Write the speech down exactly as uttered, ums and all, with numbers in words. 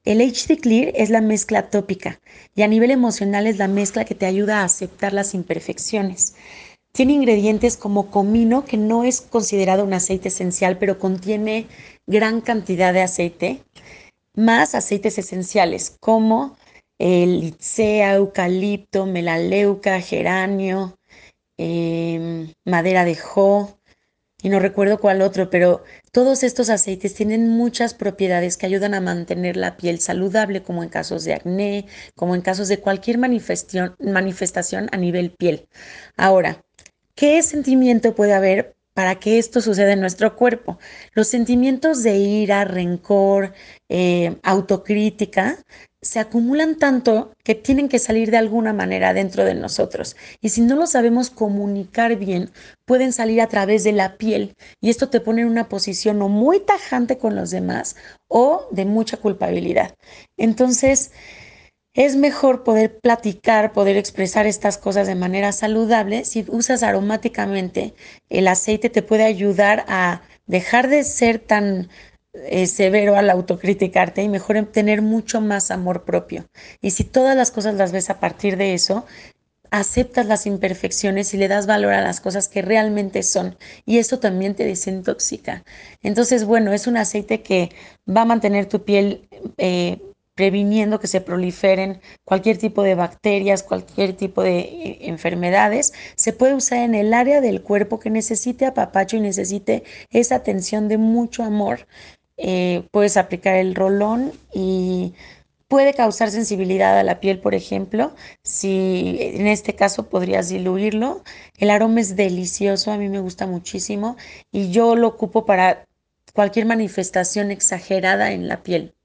El H D Clear es la mezcla tópica y a nivel emocional es la mezcla que te ayuda a aceptar las imperfecciones. Tiene ingredientes como comino, que no es considerado un aceite esencial, pero contiene gran cantidad de aceite, más aceites esenciales como el licea, eucalipto, melaleuca, geranio, eh, madera de jo, y no recuerdo cuál otro, pero todos estos aceites tienen muchas propiedades que ayudan a mantener la piel saludable, como en casos de acné, como en casos de cualquier manifestación, manifestación a nivel piel. Ahora, ¿qué sentimiento puede haber para que esto suceda en nuestro cuerpo? Los sentimientos de ira, rencor, eh, autocrítica se acumulan tanto que tienen que salir de alguna manera dentro de nosotros. Y si no lo sabemos comunicar bien, pueden salir a través de la piel. Y esto te pone en una posición o muy tajante con los demás o de mucha culpabilidad. Entonces, es mejor poder platicar, poder expresar estas cosas de manera saludable. Si usas aromáticamente, el aceite te puede ayudar a dejar de ser tan eh, severo al autocriticarte y mejor en tener mucho más amor propio. Y si todas las cosas las ves a partir de eso, aceptas las imperfecciones y le das valor a las cosas que realmente son. Y eso también te desintoxica. Entonces, bueno, es un aceite que va a mantener tu piel eh, previniendo que se proliferen cualquier tipo de bacterias, cualquier tipo de eh, enfermedades. Se puede usar en el área del cuerpo que necesite apapacho y necesite esa atención de mucho amor. Eh, puedes aplicar el rolón y puede causar sensibilidad a la piel, por ejemplo. Si en este caso podrías diluirlo. El aroma es delicioso, a mí me gusta muchísimo y yo lo ocupo para cualquier manifestación exagerada en la piel.